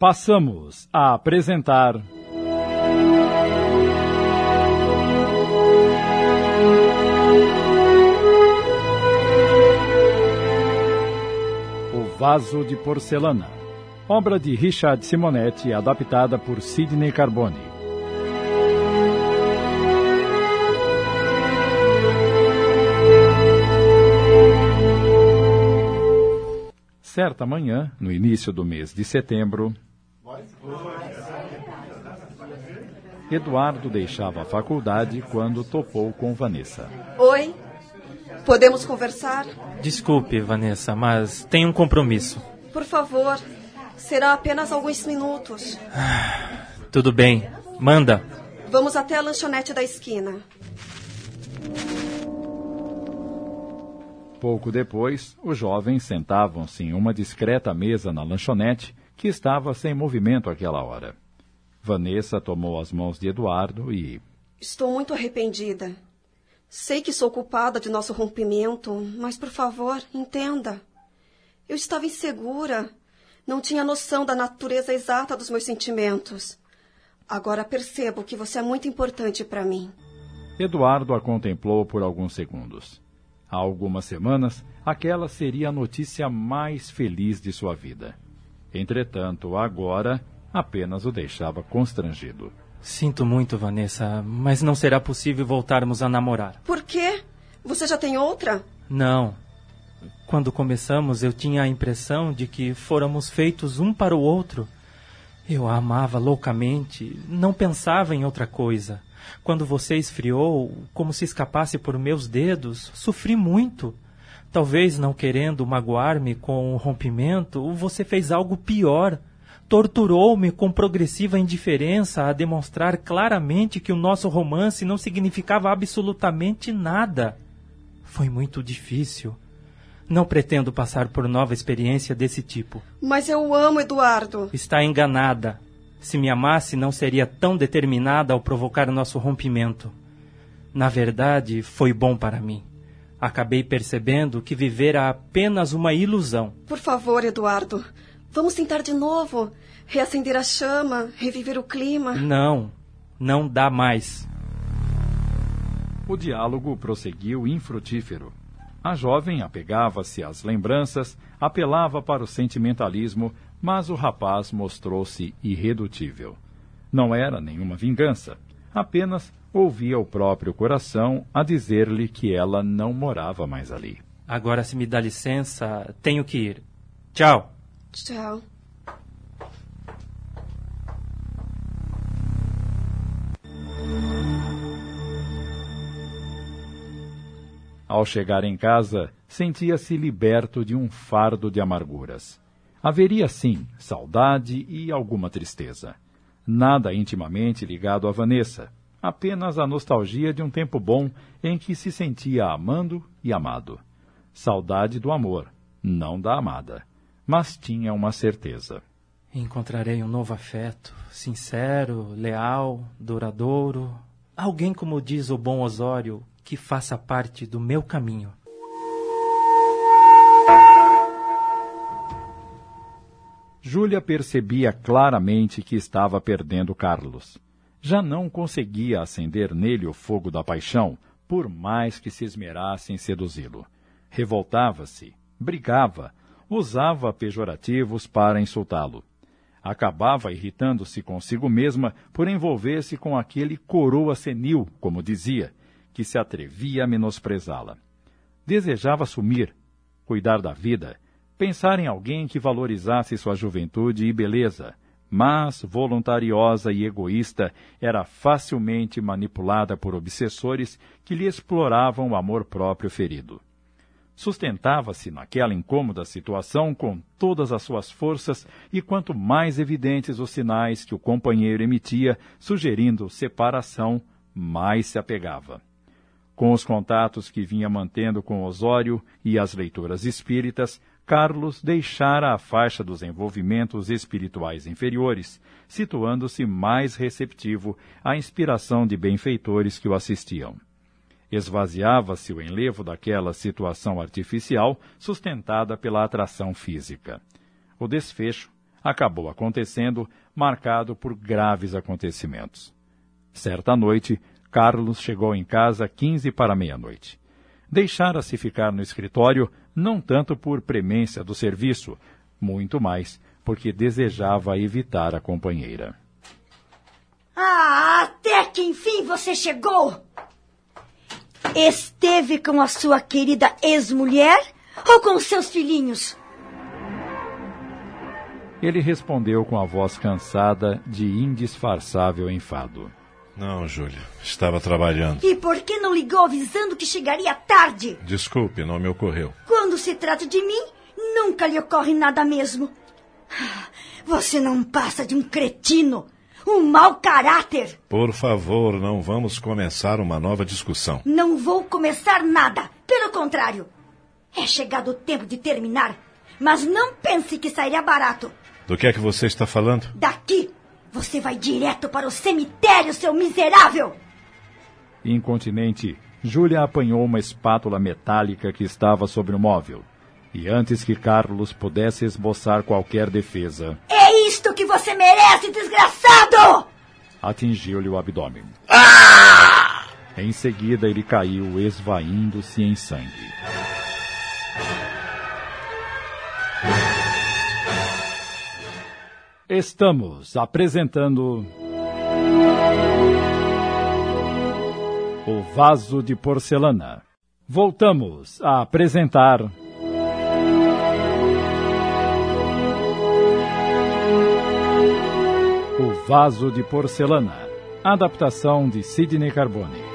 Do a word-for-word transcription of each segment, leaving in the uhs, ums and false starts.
Passamos a apresentar... O Vaso de Porcelana, obra de Richard Simonetti, adaptada por Sidney Carbone. Certa manhã, no início do mês de setembro, Eduardo deixava a faculdade quando topou com Vanessa. Oi, podemos conversar? Desculpe, Vanessa, mas tenho um compromisso. Por favor, será apenas alguns minutos. Ah, tudo bem, manda. Vamos até a lanchonete da esquina. Pouco depois, os jovens sentavam-se em uma discreta mesa na lanchonete, que estava sem movimento àquela hora. Vanessa tomou as mãos de Eduardo e... Estou muito arrependida. Sei que sou culpada de nosso rompimento, mas, por favor, entenda. Eu estava insegura. Não tinha noção da natureza exata dos meus sentimentos. Agora percebo que você é muito importante para mim. Eduardo a contemplou por alguns segundos. Há algumas semanas, aquela seria a notícia mais feliz de sua vida. Entretanto, agora, apenas o deixava constrangido. Sinto muito, Vanessa, mas não será possível voltarmos a namorar. Por quê? Você já tem outra? Não. Quando começamos, eu tinha a impressão de que fôramos feitos um para o outro. Eu a amava loucamente, não pensava em outra coisa. Quando você esfriou, como se escapasse por meus dedos, sofri muito. Talvez não querendo magoar-me com o rompimento, você fez algo pior. Torturou-me com progressiva indiferença a demonstrar claramente que o nosso romance não significava absolutamente nada. Foi muito difícil. Não pretendo passar por nova experiência desse tipo. Mas eu o amo, Eduardo. Está enganada. Se me amasse, não seria tão determinada ao provocar nosso rompimento. Na verdade, foi bom para mim. Acabei percebendo que viver era apenas uma ilusão. Por favor, Eduardo, vamos tentar de novo. Reacender a chama, reviver o clima. Não, não dá mais. O diálogo prosseguiu infrutífero. A jovem apegava-se às lembranças, apelava para o sentimentalismo, mas o rapaz mostrou-se irredutível. Não era nenhuma vingança, apenas ouvia o próprio coração a dizer-lhe que ela não morava mais ali. Agora, se me dá licença, tenho que ir. Tchau. Tchau. Ao chegar em casa, sentia-se liberto de um fardo de amarguras. Haveria, sim, saudade e alguma tristeza. Nada intimamente ligado a Vanessa, apenas a nostalgia de um tempo bom em que se sentia amando e amado. Saudade do amor, não da amada, mas tinha uma certeza. Encontrarei um novo afeto, sincero, leal, duradouro, alguém, como diz o bom Osório, que faça parte do meu caminho. Júlia percebia claramente que estava perdendo Carlos. Já não conseguia acender nele o fogo da paixão, por mais que se esmerasse em seduzi-lo. Revoltava-se, brigava, usava pejorativos para insultá-lo. Acabava irritando-se consigo mesma por envolver-se com aquele coroa senil, como dizia, que se atrevia a menosprezá-la. Desejava sumir, cuidar da vida, pensar em alguém que valorizasse sua juventude e beleza, mas, voluntariosa e egoísta, era facilmente manipulada por obsessores que lhe exploravam o amor próprio ferido. Sustentava-se naquela incômoda situação com todas as suas forças e quanto mais evidentes os sinais que o companheiro emitia, sugerindo separação, mais se apegava. Com os contatos que vinha mantendo com Osório e as leituras espíritas, Carlos deixara a faixa dos envolvimentos espirituais inferiores, situando-se mais receptivo à inspiração de benfeitores que o assistiam. Esvaziava-se o enlevo daquela situação artificial sustentada pela atração física. O desfecho, acabou acontecendo, marcado por graves acontecimentos. Certa noite, Carlos chegou em casa quinze para meia-noite. Deixara-se ficar no escritório, não tanto por premência do serviço, muito mais porque desejava evitar a companheira. Ah, até que enfim você chegou! Esteve com a sua querida ex-mulher ou com seus filhinhos? Ele respondeu com a voz cansada de indisfarçável enfado. Não, Júlia, estava trabalhando. E por que não ligou avisando que chegaria tarde? Desculpe, não me ocorreu. Quando se trata de mim, nunca lhe ocorre nada mesmo. Você não passa de um cretino, um mau caráter. Por favor, não vamos começar uma nova discussão. Não vou começar nada, pelo contrário. É chegado o tempo de terminar, mas não pense que sairia barato. Do que é que você está falando? Daqui, você vai direto para o cemitério, seu miserável! Incontinente, Júlia apanhou uma espátula metálica que estava sobre o móvel. E antes que Carlos pudesse esboçar qualquer defesa... É isto que você merece, desgraçado! Atingiu-lhe o abdômen. Ah! Em seguida, ele caiu, esvaindo-se em sangue. Estamos apresentando... O Vaso de Porcelana. Voltamos a apresentar... O Vaso de Porcelana. Adaptação de Sidney Carbone.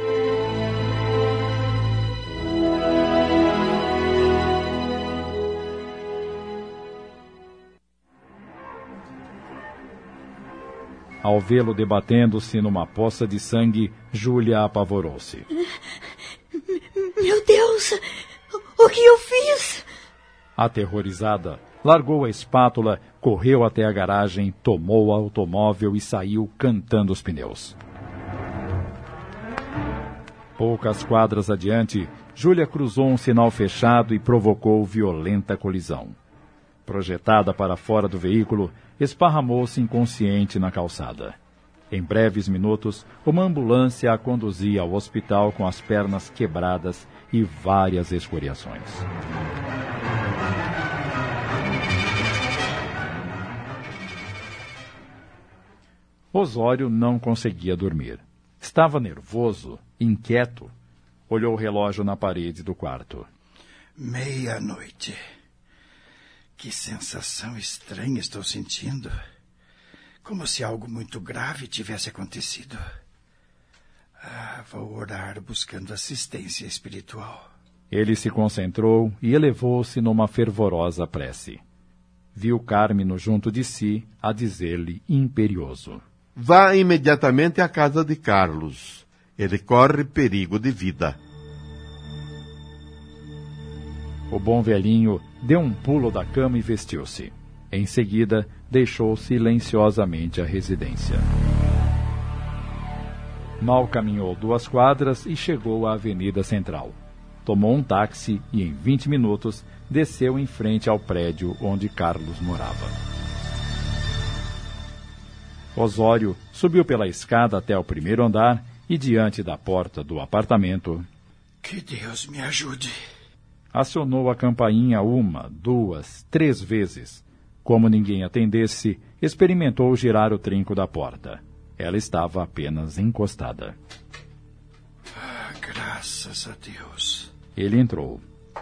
Ao vê-lo debatendo-se numa poça de sangue, Júlia apavorou-se. Meu Deus! O que eu fiz? Aterrorizada, largou a espátula, correu até a garagem, tomou o automóvel e saiu cantando os pneus. Poucas quadras adiante, Júlia cruzou um sinal fechado e provocou violenta colisão. Projetada para fora do veículo, esparramou-se inconsciente na calçada. Em breves minutos, uma ambulância a conduzia ao hospital com as pernas quebradas e várias escoriações. Osório não conseguia dormir. Estava nervoso, inquieto. Olhou o relógio na parede do quarto. Meia-noite. Que sensação estranha estou sentindo. Como se algo muito grave tivesse acontecido. Ah, vou orar buscando assistência espiritual. Ele se concentrou e elevou-se numa fervorosa prece. Viu Cármino junto de si a dizer-lhe imperioso. Vá imediatamente à casa de Carlos. Ele corre perigo de vida. O bom velhinho deu um pulo da cama e vestiu-se. Em seguida, deixou silenciosamente a residência. Mal caminhou duas quadras e chegou à Avenida Central. Tomou um táxi e, em vinte minutos, desceu em frente ao prédio onde Carlos morava. Osório subiu pela escada até o primeiro andar e, diante da porta do apartamento... Que Deus me ajude! Acionou a campainha uma, duas, três vezes. Como ninguém atendesse, experimentou girar o trinco da porta. Ela estava apenas encostada. Ah, graças a Deus. Ele entrou.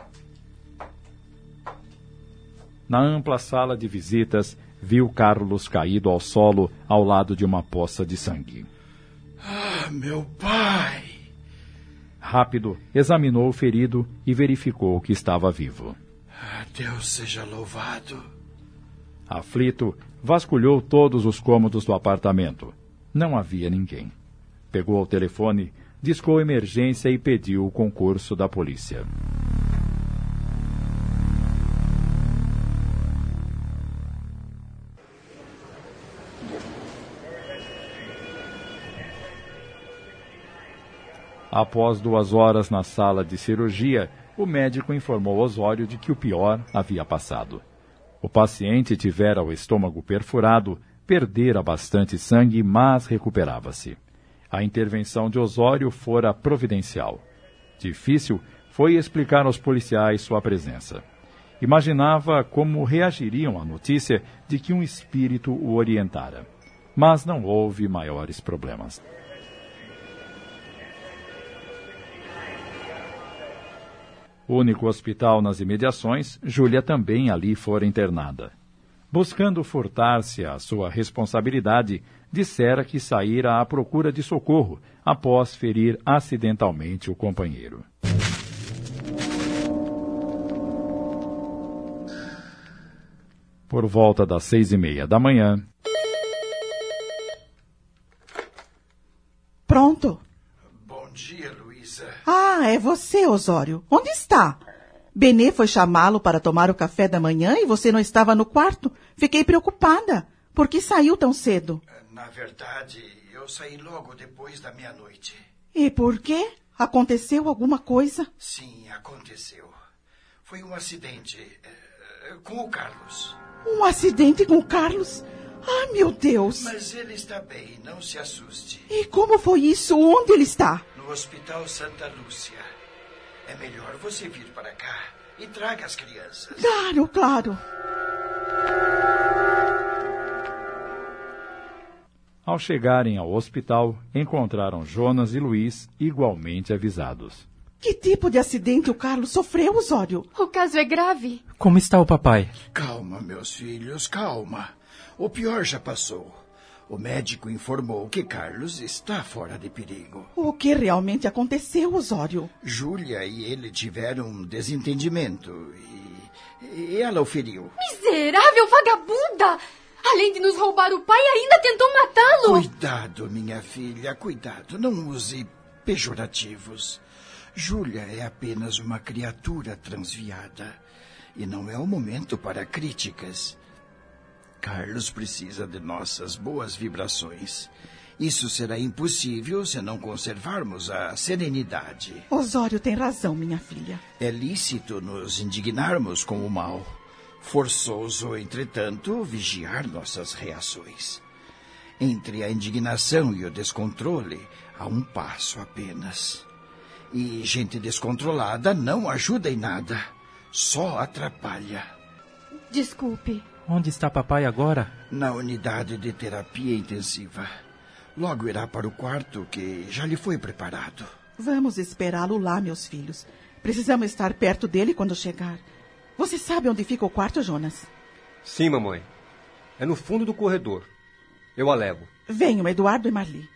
Na ampla sala de visitas, viu Carlos caído ao solo ao lado de uma poça de sangue. Ah, meu pai! Rápido, examinou o ferido e verificou que estava vivo. Ah, Deus seja louvado. Aflito, vasculhou todos os cômodos do apartamento. Não havia ninguém. Pegou o telefone, discou emergência e pediu o concurso da polícia. Após duas horas na sala de cirurgia, o médico informou Osório de que o pior havia passado. O paciente tivera o estômago perfurado, perdera bastante sangue, mas recuperava-se. A intervenção de Osório fora providencial. Difícil foi explicar aos policiais sua presença. Imaginava como reagiriam à notícia de que um espírito o orientara. Mas não houve maiores problemas. O único hospital nas imediações, Júlia também ali fora internada. Buscando furtar-se à sua responsabilidade, dissera que saíra à procura de socorro após ferir acidentalmente o companheiro. Por volta das seis e meia da manhã... Pronto. Bom dia, Luísa. Ah, é você, Osório. Onde está? Benê foi chamá-lo para tomar o café da manhã e você não estava no quarto. Fiquei preocupada. Por que saiu tão cedo? Na verdade, eu saí logo depois da meia-noite. E por quê? Aconteceu alguma coisa? Sim, aconteceu. Foi um acidente eh, com o Carlos. Um acidente com o Carlos? Ai, meu Deus! Mas ele está bem, não se assuste. E como foi isso? Onde ele está? No Hospital Santa Lúcia. É melhor você vir para cá e traga as crianças. Claro, claro. Ao chegarem ao hospital, encontraram Jonas e Luiz igualmente avisados. Que tipo de acidente o Carlos sofreu, Osório? O caso é grave. Como está o papai? Calma, meus filhos, calma. O pior já passou. O médico informou que Carlos está fora de perigo. O que realmente aconteceu, Osório? Júlia e ele tiveram um desentendimento e, e ela o feriu. Miserável vagabunda! Além de nos roubar o pai, ainda tentou matá-lo. Cuidado, minha filha, cuidado. Não use pejorativos. Júlia é apenas uma criatura transviada. E não é o momento para críticas. Carlos precisa de nossas boas vibrações. Isso será impossível se não conservarmos a serenidade. Osório tem razão, minha filha. É lícito nos indignarmos com o mal. Forçoso, entretanto, vigiar nossas reações. Entre a indignação e o descontrole, há um passo apenas. E gente descontrolada não ajuda em nada. Só atrapalha. Desculpe. Onde está papai agora? Na unidade de terapia intensiva. Logo irá para o quarto que já lhe foi preparado. Vamos esperá-lo lá, meus filhos. Precisamos estar perto dele quando chegar. Você sabe onde fica o quarto, Jonas? Sim, mamãe. É no fundo do corredor. Eu a levo. Venham, Eduardo e Marli.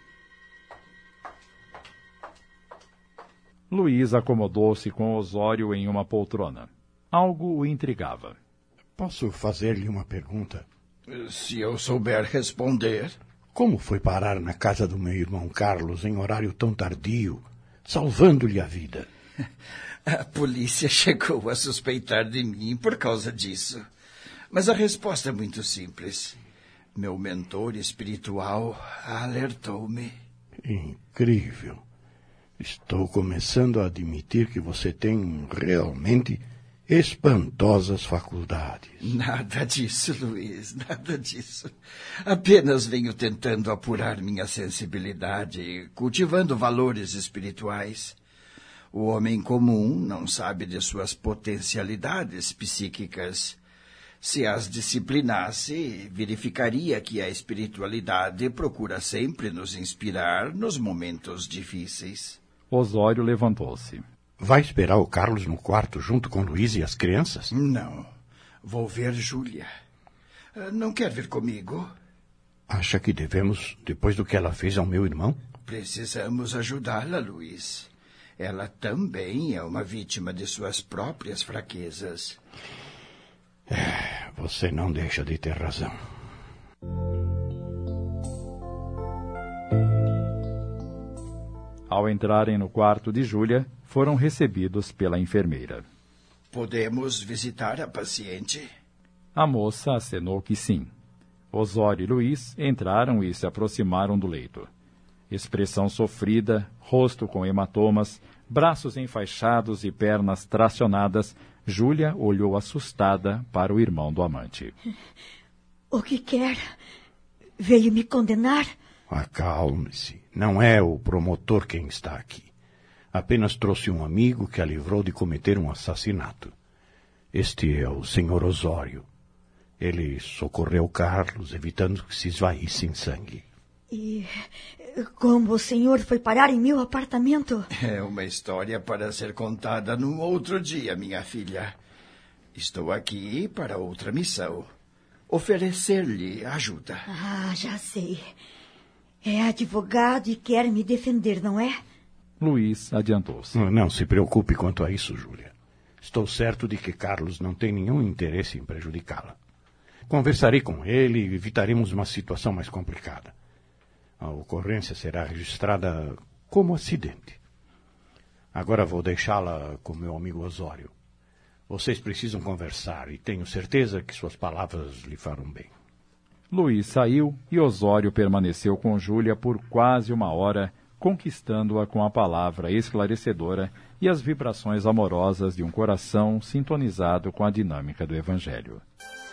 Luiz acomodou-se com Osório em uma poltrona. Algo o intrigava. Posso fazer-lhe uma pergunta? Se eu souber responder. Como foi parar na casa do meu irmão Carlos em horário tão tardio, salvando-lhe a vida? A polícia chegou a suspeitar de mim por causa disso. Mas a resposta é muito simples. Meu mentor espiritual alertou-me. Incrível. Estou começando a admitir que você tem realmente espantosas faculdades. Nada disso, Luiz, nada disso. Apenas venho tentando apurar minha sensibilidade, cultivando valores espirituais. O homem comum não sabe de suas potencialidades psíquicas. Se as disciplinasse, verificaria que a espiritualidade procura sempre nos inspirar nos momentos difíceis. Osório levantou-se. Vai esperar o Carlos no quarto junto com Luiz e as crianças? Não. Vou ver Júlia. Não quer vir comigo? Acha que devemos, depois do que ela fez ao meu irmão? Precisamos ajudá-la, Luiz. Ela também é uma vítima de suas próprias fraquezas. É, você não deixa de ter razão. Ao entrarem no quarto de Júlia, foram recebidos pela enfermeira. Podemos visitar a paciente? A moça acenou que sim. Osório e Luiz entraram e se aproximaram do leito. Expressão sofrida, rosto com hematomas, braços enfaixados e pernas tracionadas, Júlia olhou assustada para o irmão do amante. O que quer? Veio me condenar? Acalme-se. Não é o promotor quem está aqui. Apenas trouxe um amigo que a livrou de cometer um assassinato. Este é o senhor Osório. Ele socorreu Carlos, evitando que se esvaísse em sangue. E como o senhor foi parar em meu apartamento? É uma história para ser contada num outro dia, minha filha. Estou aqui para outra missão. Oferecer-lhe ajuda. Ah, já sei. É advogado e quer me defender, não é? Luiz adiantou-se. Não se preocupe quanto a isso, Júlia. Estou certo de que Carlos não tem nenhum interesse em prejudicá-la. Conversarei com ele e evitaremos uma situação mais complicada. A ocorrência será registrada como acidente. Agora vou deixá-la com meu amigo Osório. Vocês precisam conversar e tenho certeza que suas palavras lhe farão bem. Luiz saiu e Osório permaneceu com Júlia por quase uma hora, conquistando-a com a palavra esclarecedora e as vibrações amorosas de um coração sintonizado com a dinâmica do Evangelho.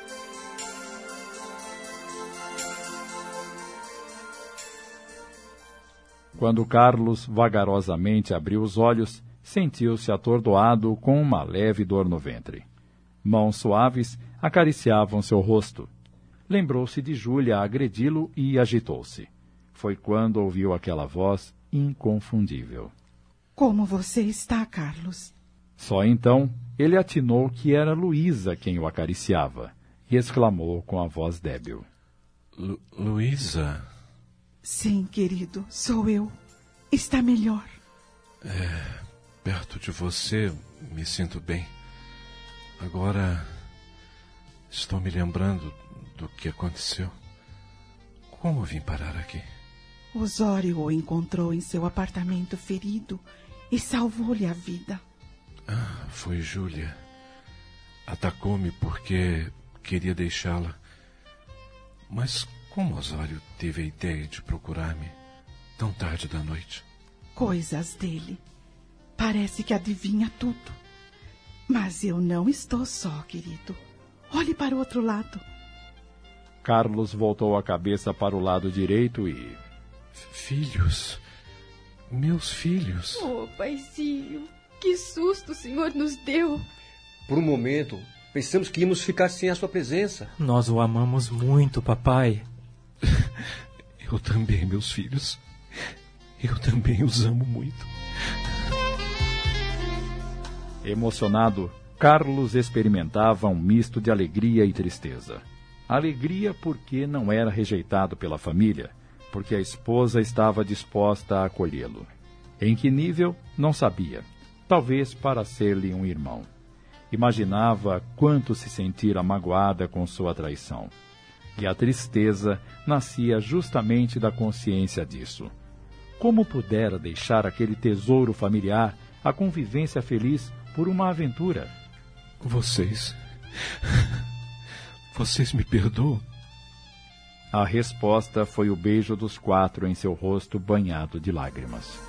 Quando Carlos vagarosamente abriu os olhos, sentiu-se atordoado com uma leve dor no ventre. Mãos suaves acariciavam seu rosto. Lembrou-se de Júlia agredi-lo e agitou-se. Foi quando ouviu aquela voz inconfundível. Como você está, Carlos? Só então ele atinou que era Luísa quem o acariciava e exclamou com a voz débil. Lu- Luísa? Sim, querido, sou eu. Está melhor. É, perto de você me sinto bem. Agora estou me lembrando do que aconteceu. Como vim parar aqui? Osório o encontrou em seu apartamento ferido e salvou-lhe a vida. Ah, foi Júlia. Atacou-me porque queria deixá-la. Mas como Osório teve a ideia de procurar-me tão tarde da noite? Coisas dele. Parece que adivinha tudo. Mas eu não estou só, querido. Olhe para o outro lado. Carlos voltou a cabeça para o lado direito e... Filhos? Meus filhos? Oh, paizinho, que susto o senhor nos deu. Por um momento, pensamos que íamos ficar sem a sua presença. Nós o amamos muito, papai. Eu também, meus filhos. Eu também os amo muito. Emocionado, Carlos experimentava um misto de alegria e tristeza. Alegria porque não era rejeitado pela família, porque a esposa estava disposta a acolhê-lo. Em que nível, não sabia. Talvez para ser-lhe um irmão. Imaginava quanto se sentira magoada com sua traição. E a tristeza nascia justamente da consciência disso. Como pudera deixar aquele tesouro familiar, a convivência feliz, por uma aventura? Vocês... Vocês me perdoam? A resposta foi o beijo dos quatro em seu rosto banhado de lágrimas.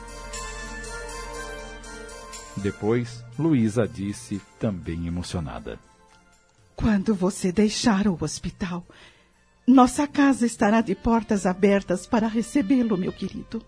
Depois, Luísa disse, também emocionada. Quando você deixar o hospital, nossa casa estará de portas abertas para recebê-lo, meu querido.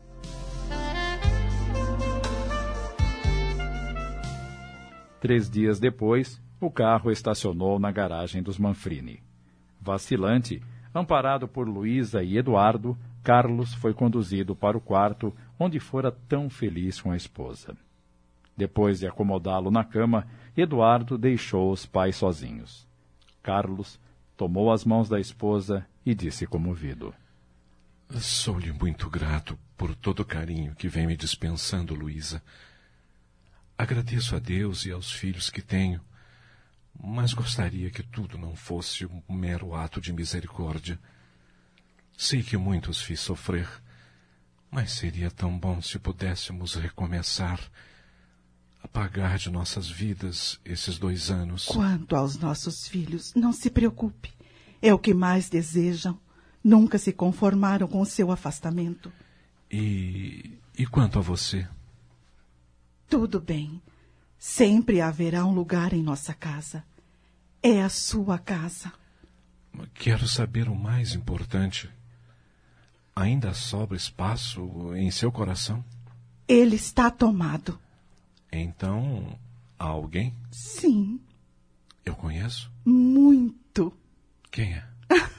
Três dias depois, o carro estacionou na garagem dos Manfrini. Vacilante, amparado por Luísa e Eduardo, Carlos foi conduzido para o quarto onde fora tão feliz com a esposa. Depois de acomodá-lo na cama, Eduardo deixou os pais sozinhos. Carlos tomou as mãos da esposa e disse comovido. Sou-lhe muito grato por todo o carinho que vem me dispensando, Luísa. Agradeço a Deus e aos filhos que tenho, mas gostaria que tudo não fosse um mero ato de misericórdia. Sei que muitos fiz sofrer, mas seria tão bom se pudéssemos recomeçar, apagar de nossas vidas esses dois anos. Quanto aos nossos filhos, não se preocupe. É o que mais desejam. Nunca se conformaram com o seu afastamento. E, e quanto a você? Tudo bem. Sempre haverá um lugar em nossa casa. É a sua casa. Quero saber o mais importante. Ainda sobra espaço em seu coração? Ele está tomado. Então, há alguém? Sim. Eu conheço? Muito. Quem é?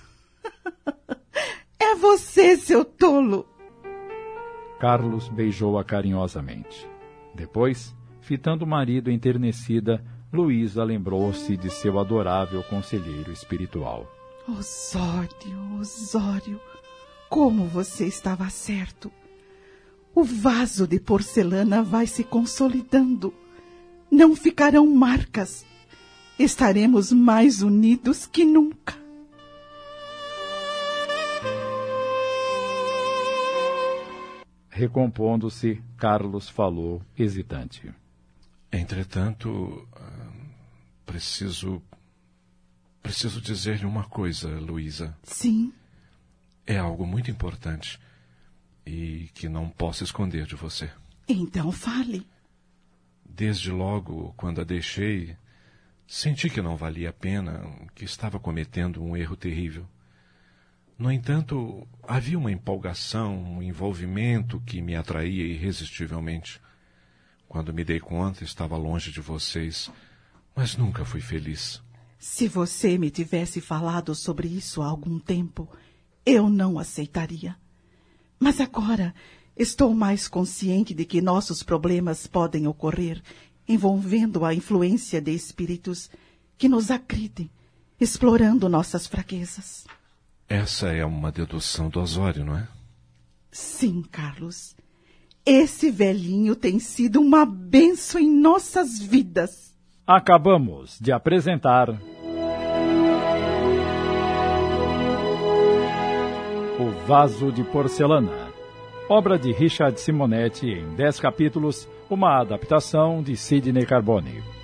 É você, seu tolo. Carlos beijou-a carinhosamente. Depois, fitando o marido enternecida, Luísa lembrou-se de seu adorável conselheiro espiritual. Osório, Osório, como você estava certo. O vaso de porcelana vai se consolidando. Não ficarão marcas. Estaremos mais unidos que nunca. Recompondo-se, Carlos falou, hesitante. Entretanto, preciso... Preciso dizer-lhe uma coisa, Luísa. Sim. É algo muito importante e que não posso esconder de você. Então fale. Desde logo, quando a deixei, senti que não valia a pena, que estava cometendo um erro terrível. No entanto, havia uma empolgação, um envolvimento que me atraía irresistivelmente. Quando me dei conta, estava longe de vocês, mas nunca fui feliz. Se você me tivesse falado sobre isso há algum tempo, eu não aceitaria. Mas agora estou mais consciente de que nossos problemas podem ocorrer envolvendo a influência de espíritos que nos agridem, explorando nossas fraquezas. Essa é uma dedução do Osório, não é? Sim, Carlos. Esse velhinho tem sido uma bênção em nossas vidas. Acabamos de apresentar O Vaso de Porcelana, obra de Richard Simonetti em dez capítulos, uma adaptação de Sidney Carbone.